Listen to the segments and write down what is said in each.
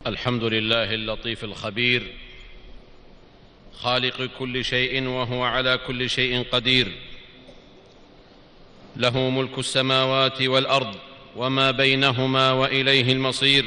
الحمد لله اللطيف الخبير، خالق كل شيء وهو على كل شيء قدير، له ملك السماوات والأرض وما بينهما وإليه المصير،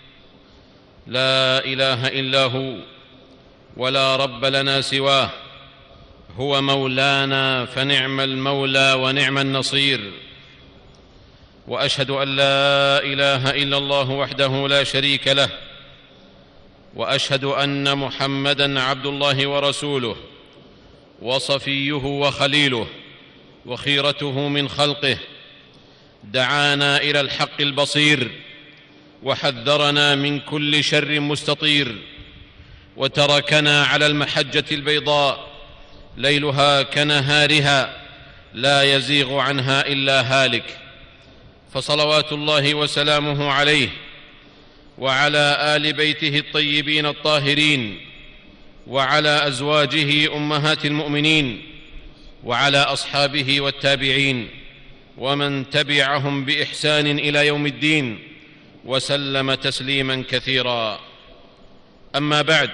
لا إله إلا هو ولا رب لنا سواه، هو مولانا فنعم المولى ونعم النصير. وأشهد أن لا إله إلا الله وحده لا شريك له، وأشهد أن محمدًا عبد الله ورسوله وصفيه وخليله وخيرته من خلقه، دعانا إلى الحق البصير وحذرنا من كل شر مستطير، وتركنا على المحجة البيضاء ليلها كنهارها لا يزيغ عنها إلا هالك، فصلوات الله وسلامه عليه وعلى آل بيته الطيبين الطاهرين، وعلى أزواجه أمهات المؤمنين، وعلى أصحابه والتابعين ومن تبعهم بإحسان إلى يوم الدين، وسلم تسليما كثيرا. أما بعد،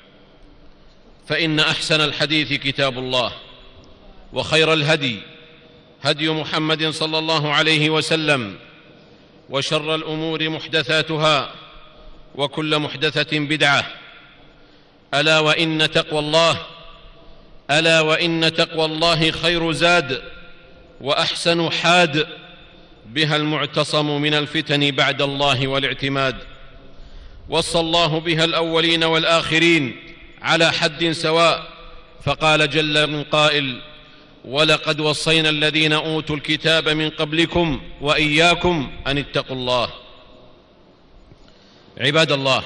فإن أحسن الحديث كتاب الله، وخير الهدي هدي محمد صلى الله عليه وسلم، وشر الأمور محدثاتها، وكل محدثة بدعة، ألا وإن تقوى الله خير زاد وأحسن حاد، بها المعتصم من الفتن بعد الله والاعتماد، وصى الله بها الأولين والآخرين على حد سواء، فقال جل من قائل: ولقد وصينا الذين أوتوا الكتاب من قبلكم وإياكم أن اتقوا الله. عباد الله،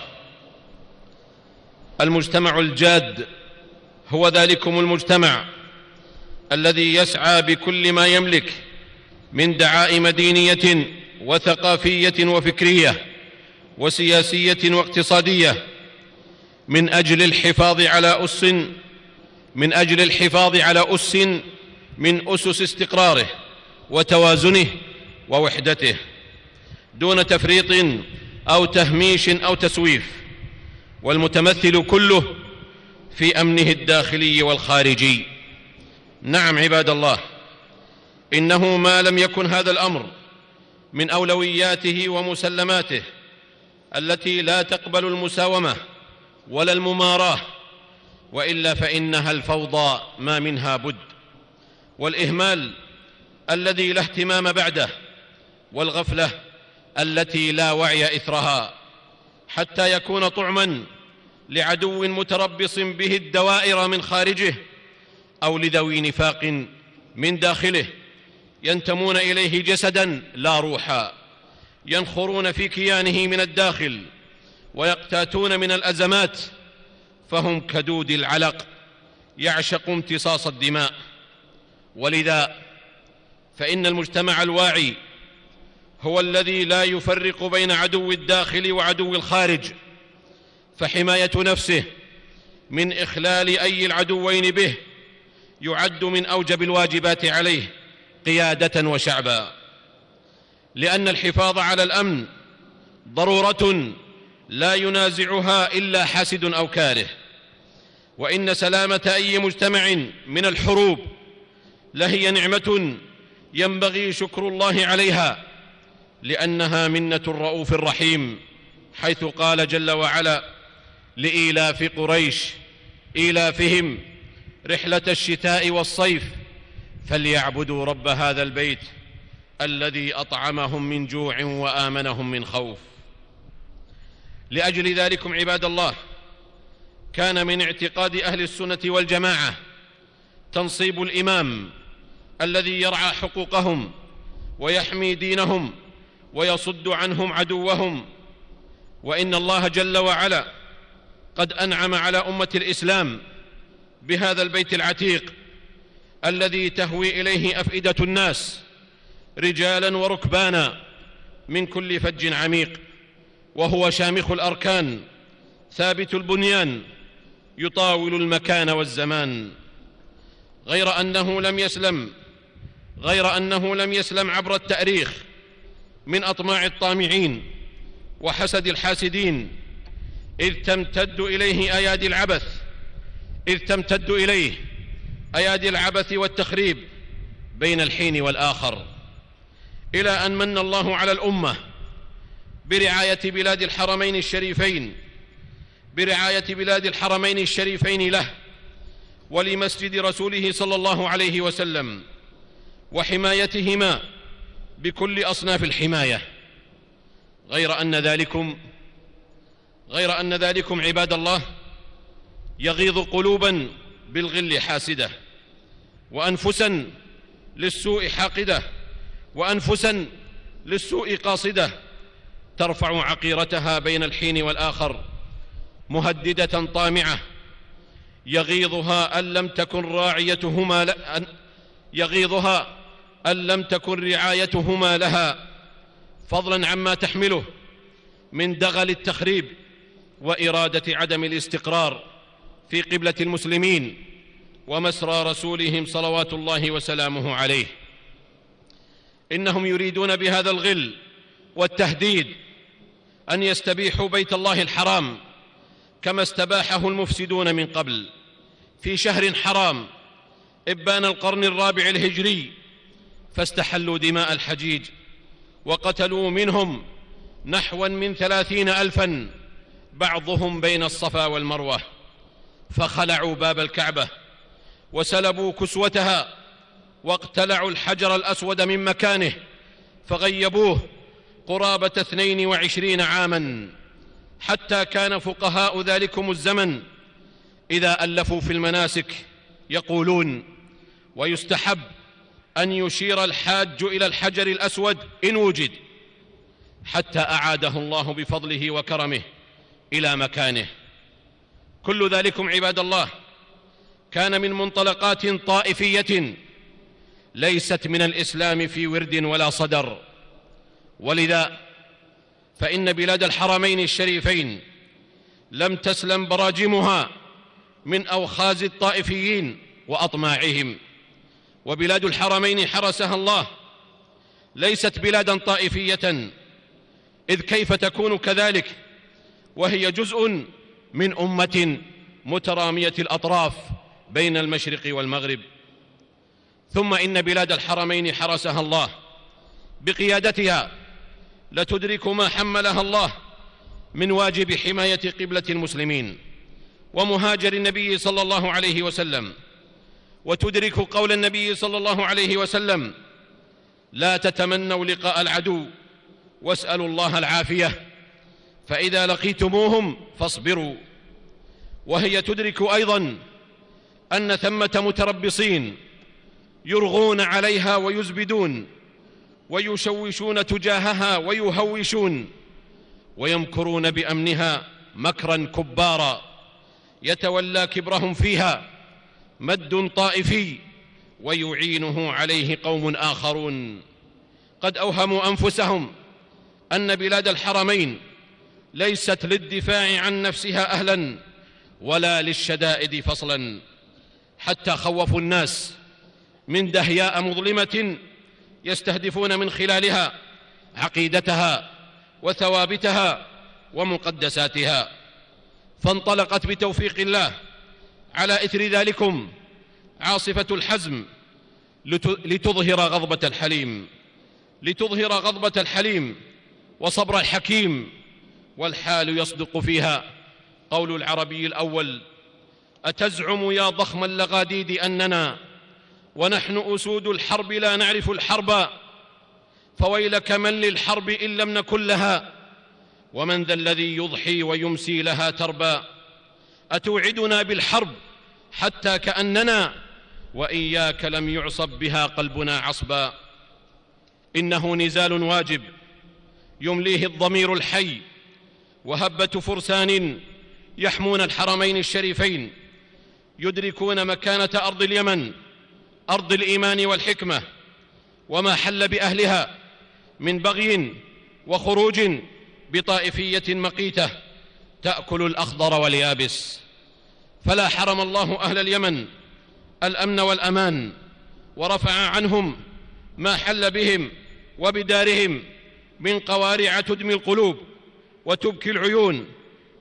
المجتمع الجاد هو ذلكم المجتمع الذي يسعى بكل ما يملك من دعائم دينية وثقافية وفكرية وسياسية واقتصادية من أجل الحفاظ على أس من أسس استقراره وتوازنه ووحدته، دون تفريط أو تهميش أو تسويف، والمتمثل كله في أمنه الداخلي والخارجي. نعم عباد الله، إنه ما لم يكن هذا الأمر من أولوياته ومسلماته التي لا تقبل المساومة ولا المماراة، وإلا فإنها الفوضى ما منها بد، والإهمال الذي لا اهتمام بعده، والغفلة التي لا وعي إثرها، حتى يكون طعما لعدو متربص به الدوائر من خارجه، أو لذوي نفاق من داخله ينتمون إليه جسدا لا روحا، ينخرون في كيانه من الداخل ويقتاتون من الأزمات، فهم كدود العلق يعشق امتصاص الدماء. ولذا فإن المجتمع الواعي هو الذي لا يفرق بين عدو الداخل وعدو الخارج، فحماية نفسه من إخلال أي العدوين به يعد من أوجب الواجبات عليه قيادة وشعبا، لأن الحفاظ على الأمن ضرورة لا ينازعها إلا حاسد أو كاره، وإن سلامة أي مجتمع من الحروب لهي نعمة ينبغي شكر الله عليها، لأنها منة الرؤوف الرحيم، حيث قال جل وعلا: لإيلاف قريش إيلافهم رحلة الشتاء والصيف فليعبدوا رب هذا البيت الذي أطعمهم من جوع وآمنهم من خوف. لأجل ذلكم عباد الله، كان من اعتقاد أهل السنة والجماعة تنصيب الإمام الذي يرعى حقوقهم ويحمي دينهم ويصد عنهم عدوهم. وإن الله جل وعلا قد أنعم على أمة الإسلام بهذا البيت العتيق الذي تهوي إليه أفئدة الناس رجالا وركبانا من كل فج عميق، وهو شامخ الأركان ثابت البنيان يطاول المكان والزمان، غير أنه لم يسلم عبر التاريخ من أطماع الطامعين وحسد الحاسدين، إذ تمتد إليه أيادي العبث والتخريب بين الحين والآخر، إلى أن من الله على الأمة برعاية بلاد الحرمين الشريفين له ولمسجد رسوله صلى الله عليه وسلم، وحمايتهما بكل أصناف الحماية. غير أن ذلكم عباد الله يغيظ قلوبا بالغل حاسدة، وأنفسا للسوء حاقدة، وأنفسا للسوء قاصدة، ترفع عقيرتها بين الحين والآخر مهددة طامعة، يغيظها أن لم تكن رعايتهما لها، فضلا عما تحمله من دغل التخريب وإرادة عدم الاستقرار في قبلة المسلمين ومسرى رسولهم صلوات الله وسلامه عليه. إنهم يريدون بهذا الغل والتهديد أن يستبيحوا بيت الله الحرام كما استباحه المفسدون من قبل في شهر حرام إبان القرن الرابع الهجري، فاستحلوا دماء الحجيج وقتلوا منهم نحوا من 30,000، بعضهم بين الصفا والمروة، فخلعوا باب الكعبة وسلبوا كسوتها واقتلعوا الحجر الأسود من مكانه فغيبوه قرابة 22 عاما، حتى كان فقهاء ذلكم الزمن إذا ألفوا في المناسك يقولون: ويستحب أن يشير الحاج إلى الحجر الأسود إن وجد، حتى أعاده الله بفضله وكرمه إلى مكانه. كل ذلكم عباد الله كان من منطلقات طائفية ليست من الإسلام في ورد ولا صدر. ولذا فإن بلاد الحرمين الشريفين لم تسلم براجمها من أوخاز الطائفيين وأطماعهم، وبلاد الحرمين حرسها الله ليست بلادا طائفية، إذ كيف تكون كذلك وهي جزء من أمة مترامية الأطراف بين المشرق والمغرب. ثم إن بلاد الحرمين حرسها الله بقيادتها لتدرك ما حملها الله من واجب حماية قبلة المسلمين ومهاجر النبي صلى الله عليه وسلم، وتدرك قول النبي صلى الله عليه وسلم: لا تتمنوا لقاء العدو واسألوا الله العافية، فإذا لقيتموهم فاصبروا. وهي تدرك أيضا أن ثمة متربصين يرغون عليها ويزبدون ويشوشون تجاهها ويهوشون ويمكرون بأمنها مكرا كبارا، يتولى كبرهم فيها مد طائفي ويعينه عليه قوم آخرون قد أوهموا أنفسهم أن بلاد الحرمين ليست للدفاع عن نفسها أهلا ولا للشدائد فصلا، حتى خوفوا الناس من دهياء مظلمة يستهدفون من خلالها عقيدتها وثوابتها ومقدساتها. فانطلقت بتوفيق الله على إثر ذلكم عاصفة الحزم لتظهر غضبة الحليم وصبر الحكيم، والحال يصدق فيها قول العربي الأول: أتزعم يا ضخم اللغاديد أننا ونحن أسود الحرب لا نعرف الحرب، فويلك من للحرب إن لم نكن لها، ومن ذا الذي يضحي ويمسي لها تربا، أتوعدنا بالحرب حتى كأننا وإياك لم يعصب بها قلبنا عصبا. إنه نزال واجب يمليه الضمير الحي، وهبة فرسان يحمون الحرمين الشريفين يدركون مكانة أرض اليمن، أرض الإيمان والحكمة، وما حل بأهلها من بغي وخروج بطائفية مقيتة تأكل الأخضر واليابس. فلا حرم الله أهل اليمن الأمن والأمان، ورفع عنهم ما حل بهم وبدارهم من قوارع تدمي القلوب وتبكي العيون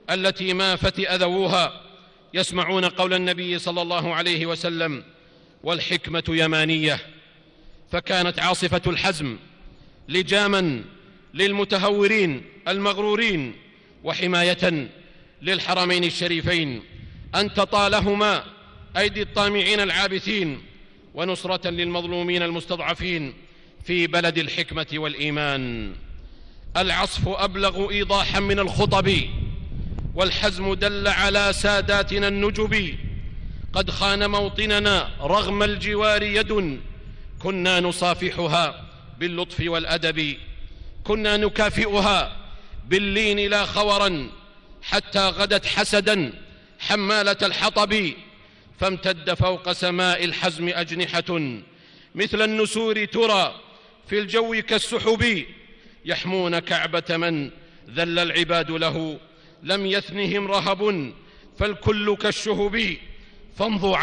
التي ما فتئ ذووها يسمعون قول النبي صلى الله عليه وسلم: والحكمة يمانية. فكانت عاصفة الحزم لجاما للمتهورين المغرورين، وحماية للحرمين الشريفين أن تطالهما أيدي الطامعين العابثين، ونصرة للمظلومين المستضعفين في بلد الحكمة والإيمان. العصف أبلغ إيضاحا من الخطب، والحزم دل على ساداتنا النجب. قد خان موطننا رغم الجوار يد، كنا نصافحها باللطف والأدب، كنا نكافئها باللين لا خورا، حتى غدت حسدا حمالة الحطب. فامتد فوق سماء الحزم أجنحة مثل النسور ترى في الجو كالسحب، يحمون كعبة من ذل العباد له، لم يثنهم رهب فالكل كالشهب. فامضوا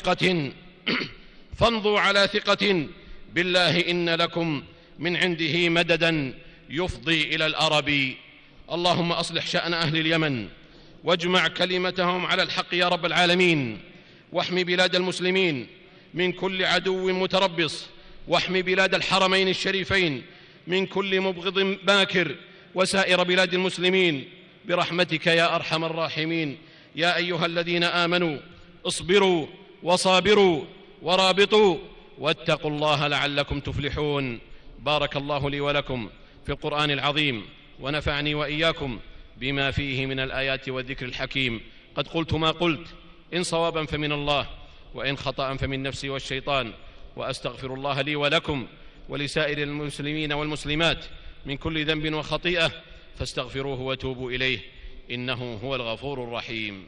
على ثقة بالله إن لكم من عنده مددا يفضي إلى الأرب. اللهم أصلح شأن أهل اليمن، واجمع كلمتهم على الحق يا رب العالمين، واحمِ بلاد المسلمين من كل عدو متربص، واحمِ بلاد الحرمين الشريفين من كل مبغض ماكر، وسائر بلاد المسلمين برحمتك يا أرحم الراحمين. يا أيها الذين آمنوا اصبروا وصابروا ورابطوا واتقوا الله لعلكم تفلحون. بارك الله لي ولكم في القرآن العظيم، ونفعني وإياكم بما فيه من الآيات والذكر الحكيم. قد قلت ما قلت، إن صوابا فمن الله، وإن خطأ فمن نفسي والشيطان، وأستغفر الله لي ولكم ولسائر المسلمين والمسلمات من كل ذنب وخطيئة، فاستغفروه وتوبوا إليه، إنه هو الغفور الرحيم.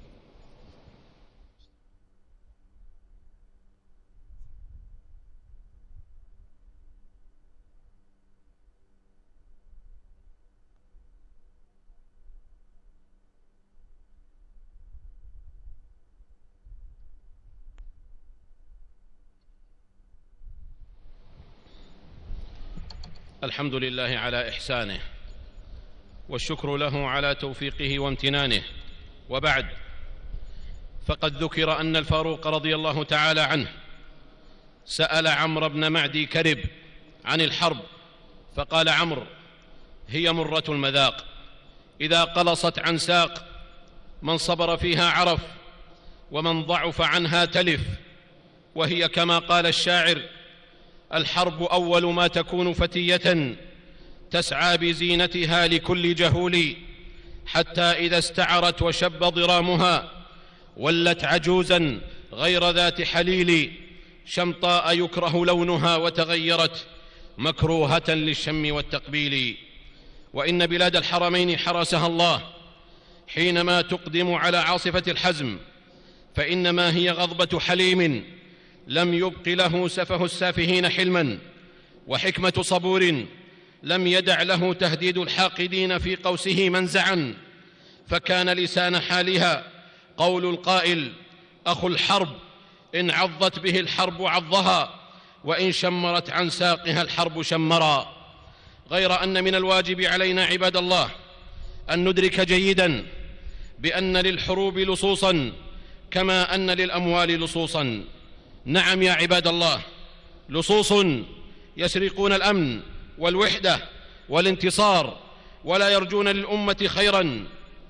الحمد لله على إحسانه، والشكر له على توفيقه وامتنانه. وبعد، فقد ذكر أن الفاروق رضي الله تعالى عنه سأل عمرو بن معدي كرب عن الحرب، فقال عمرو: هي مرة المذاق، إذا قلصت عن ساق، من صبر فيها عرف، ومن ضعف عنها تلف. وهي كما قال الشاعر: الحرب أول ما تكون فتية، تسعى بزينتها لكل جهول، حتى إذا استعرت وشب ضرامها، ولت عجوزا غير ذات حليل، شمطاء يكره لونها، وتغيرت مكروهة للشم والتقبيل. وإن بلاد الحرمين حرسها الله حينما تقدم على عاصفة الحزم، فإنما هي غضبة حليم لم يبق له سفه السافهين حلما، وحكمة صبور لم يدع له تهديد الحاقدين في قوسه منزعا. فكان لسان حالها قول القائل: أخو الحرب إن عضت به الحرب عضها، وإن شمرت عن ساقها الحرب شمرا. غير أن من الواجب علينا عباد الله أن ندرك جيدا بأن للحروب لصوصا كما أن للأموال لصوصا. نعم يا عباد الله، لصوص يسرقون الأمن والوحدة والانتصار، ولا يرجون للأمة خيرا،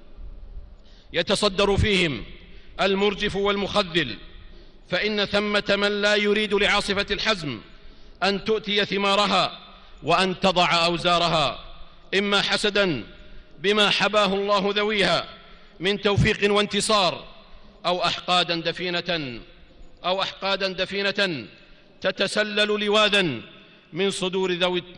يتصدر فيهم المرجف والمخذل. فإن ثمة من لا يريد لعاصفة الحزم أن تؤتي ثمارها وأن تضع أوزارها، إما حسدا بما حباه الله ذويها من توفيق وانتصار، أو أحقادا دفينة تتسلل لواذا من صدور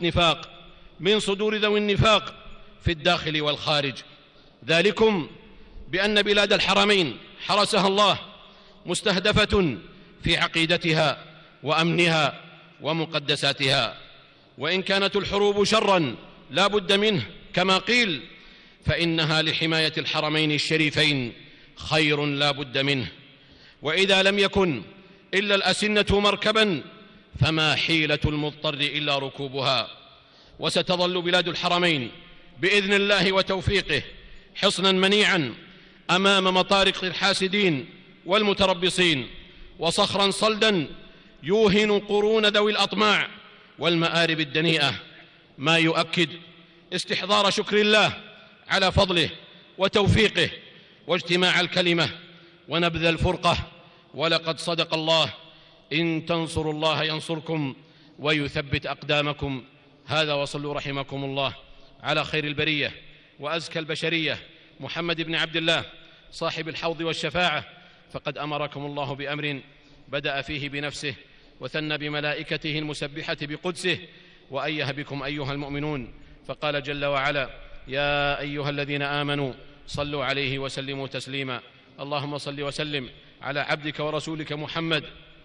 ذوي النفاق في الداخل والخارج. ذلكم بأن بلاد الحرمين حرسها الله مستهدفة في عقيدتها وأمنها ومقدساتها. وإن كانت الحروب شرا لا بد منه كما قيل، فإنها لحماية الحرمين الشريفين خير لا بد منه. وإذا لم يكن إلا الأسنة مركبا، فما حيلة المضطر إلا ركوبها. وستظل بلاد الحرمين بإذن الله وتوفيقه حصنا منيعا أمام مطارق الحاسدين والمتربصين، وصخرا صلدا يوهن قرون ذوي الأطماع والمآرب الدنيئة، ما يؤكد استحضار شكر الله على فضله وتوفيقه واجتماع الكلمة ونبذ الفرقة. ولقد صدق الله: إن تنصروا الله ينصركم ويثبت أقدامكم. هذا، وصلوا رحمكم الله على خير البرية وأزكى البشرية محمد بن عبد الله صاحب الحوض والشفاعة، فقد أمركم الله بأمر بدأ فيه بنفسه وثنى بملائكته المسبحة بقدسه، وأيه بكم أيها المؤمنون، فقال جل وعلا: يا أيها الذين آمنوا صلوا عليه وسلموا تسليما. اللهم صل وسلم على عبدك ورسولك محمد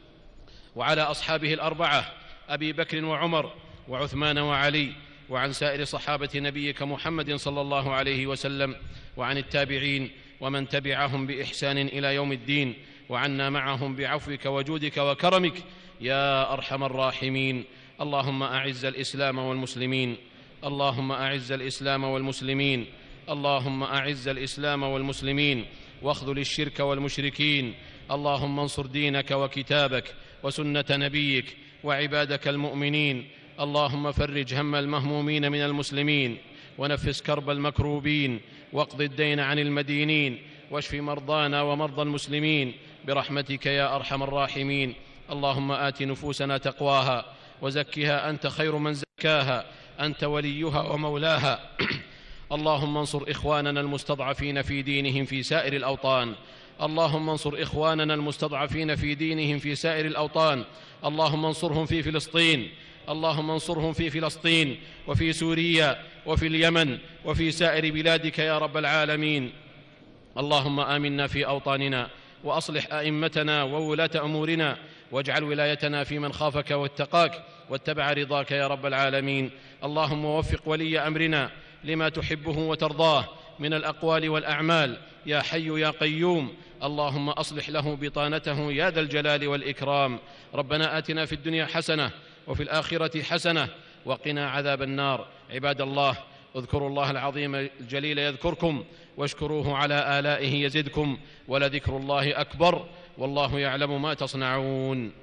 وعلى أصحابه الأربعة أبي بكر وعمر وعثمان وعلي، وعن سائر صحابة نبيك محمد صلى الله عليه وسلم، وعن التابعين ومن تبعهم بإحسان إلى يوم الدين، وعنا معهم بعفوك وجودك وكرمك يا أرحم الراحمين. اللهم أعز الإسلام والمسلمين، اللهم أعز الإسلام والمسلمين، اللهم أعز الإسلام والمسلمين، واخذل الشرك والمشركين. اللهم انصر دينك وكتابك وسنة نبيك وعبادك المؤمنين. اللهم فرج هم المهمومين من المسلمين، ونفس كرب المكروبين، واقض الدين عن المدينين، واشف مرضانا ومرضى المسلمين برحمتك يا أرحم الراحمين. اللهم آت نفوسنا تقواها وزكها أنت خير من زكاها، أنت وليها ومولاها. اللهم انصر إخواننا المستضعفين في دينهم في سائر الأوطان، اللهم انصر إخواننا المستضعفين في دينهم في سائر الأوطان. اللهم انصرهم في فلسطين، اللهم انصرهم في فلسطين وفي سوريا وفي اليمن وفي سائر بلادك يا رب العالمين. اللهم آمنا في أوطاننا، وأصلح أئمتنا وولاة أمورنا، واجعل ولايتنا في من خافك واتقاك واتبع رضاك يا رب العالمين. اللهم وفق ولي أمرنا لما تحبه وترضاه من الأقوال والأعمال يا حي يا قيوم. اللهم أصلح له بطانته يا ذا الجلال والإكرام. ربنا آتنا في الدنيا حسنة وفي الآخرة حسنة وقنا عذاب النار. عباد الله، اذكروا الله العظيم الجليل يذكركم، واشكروه على آلائه يزدكم، ولذكر الله أكبر، والله يعلم ما تصنعون.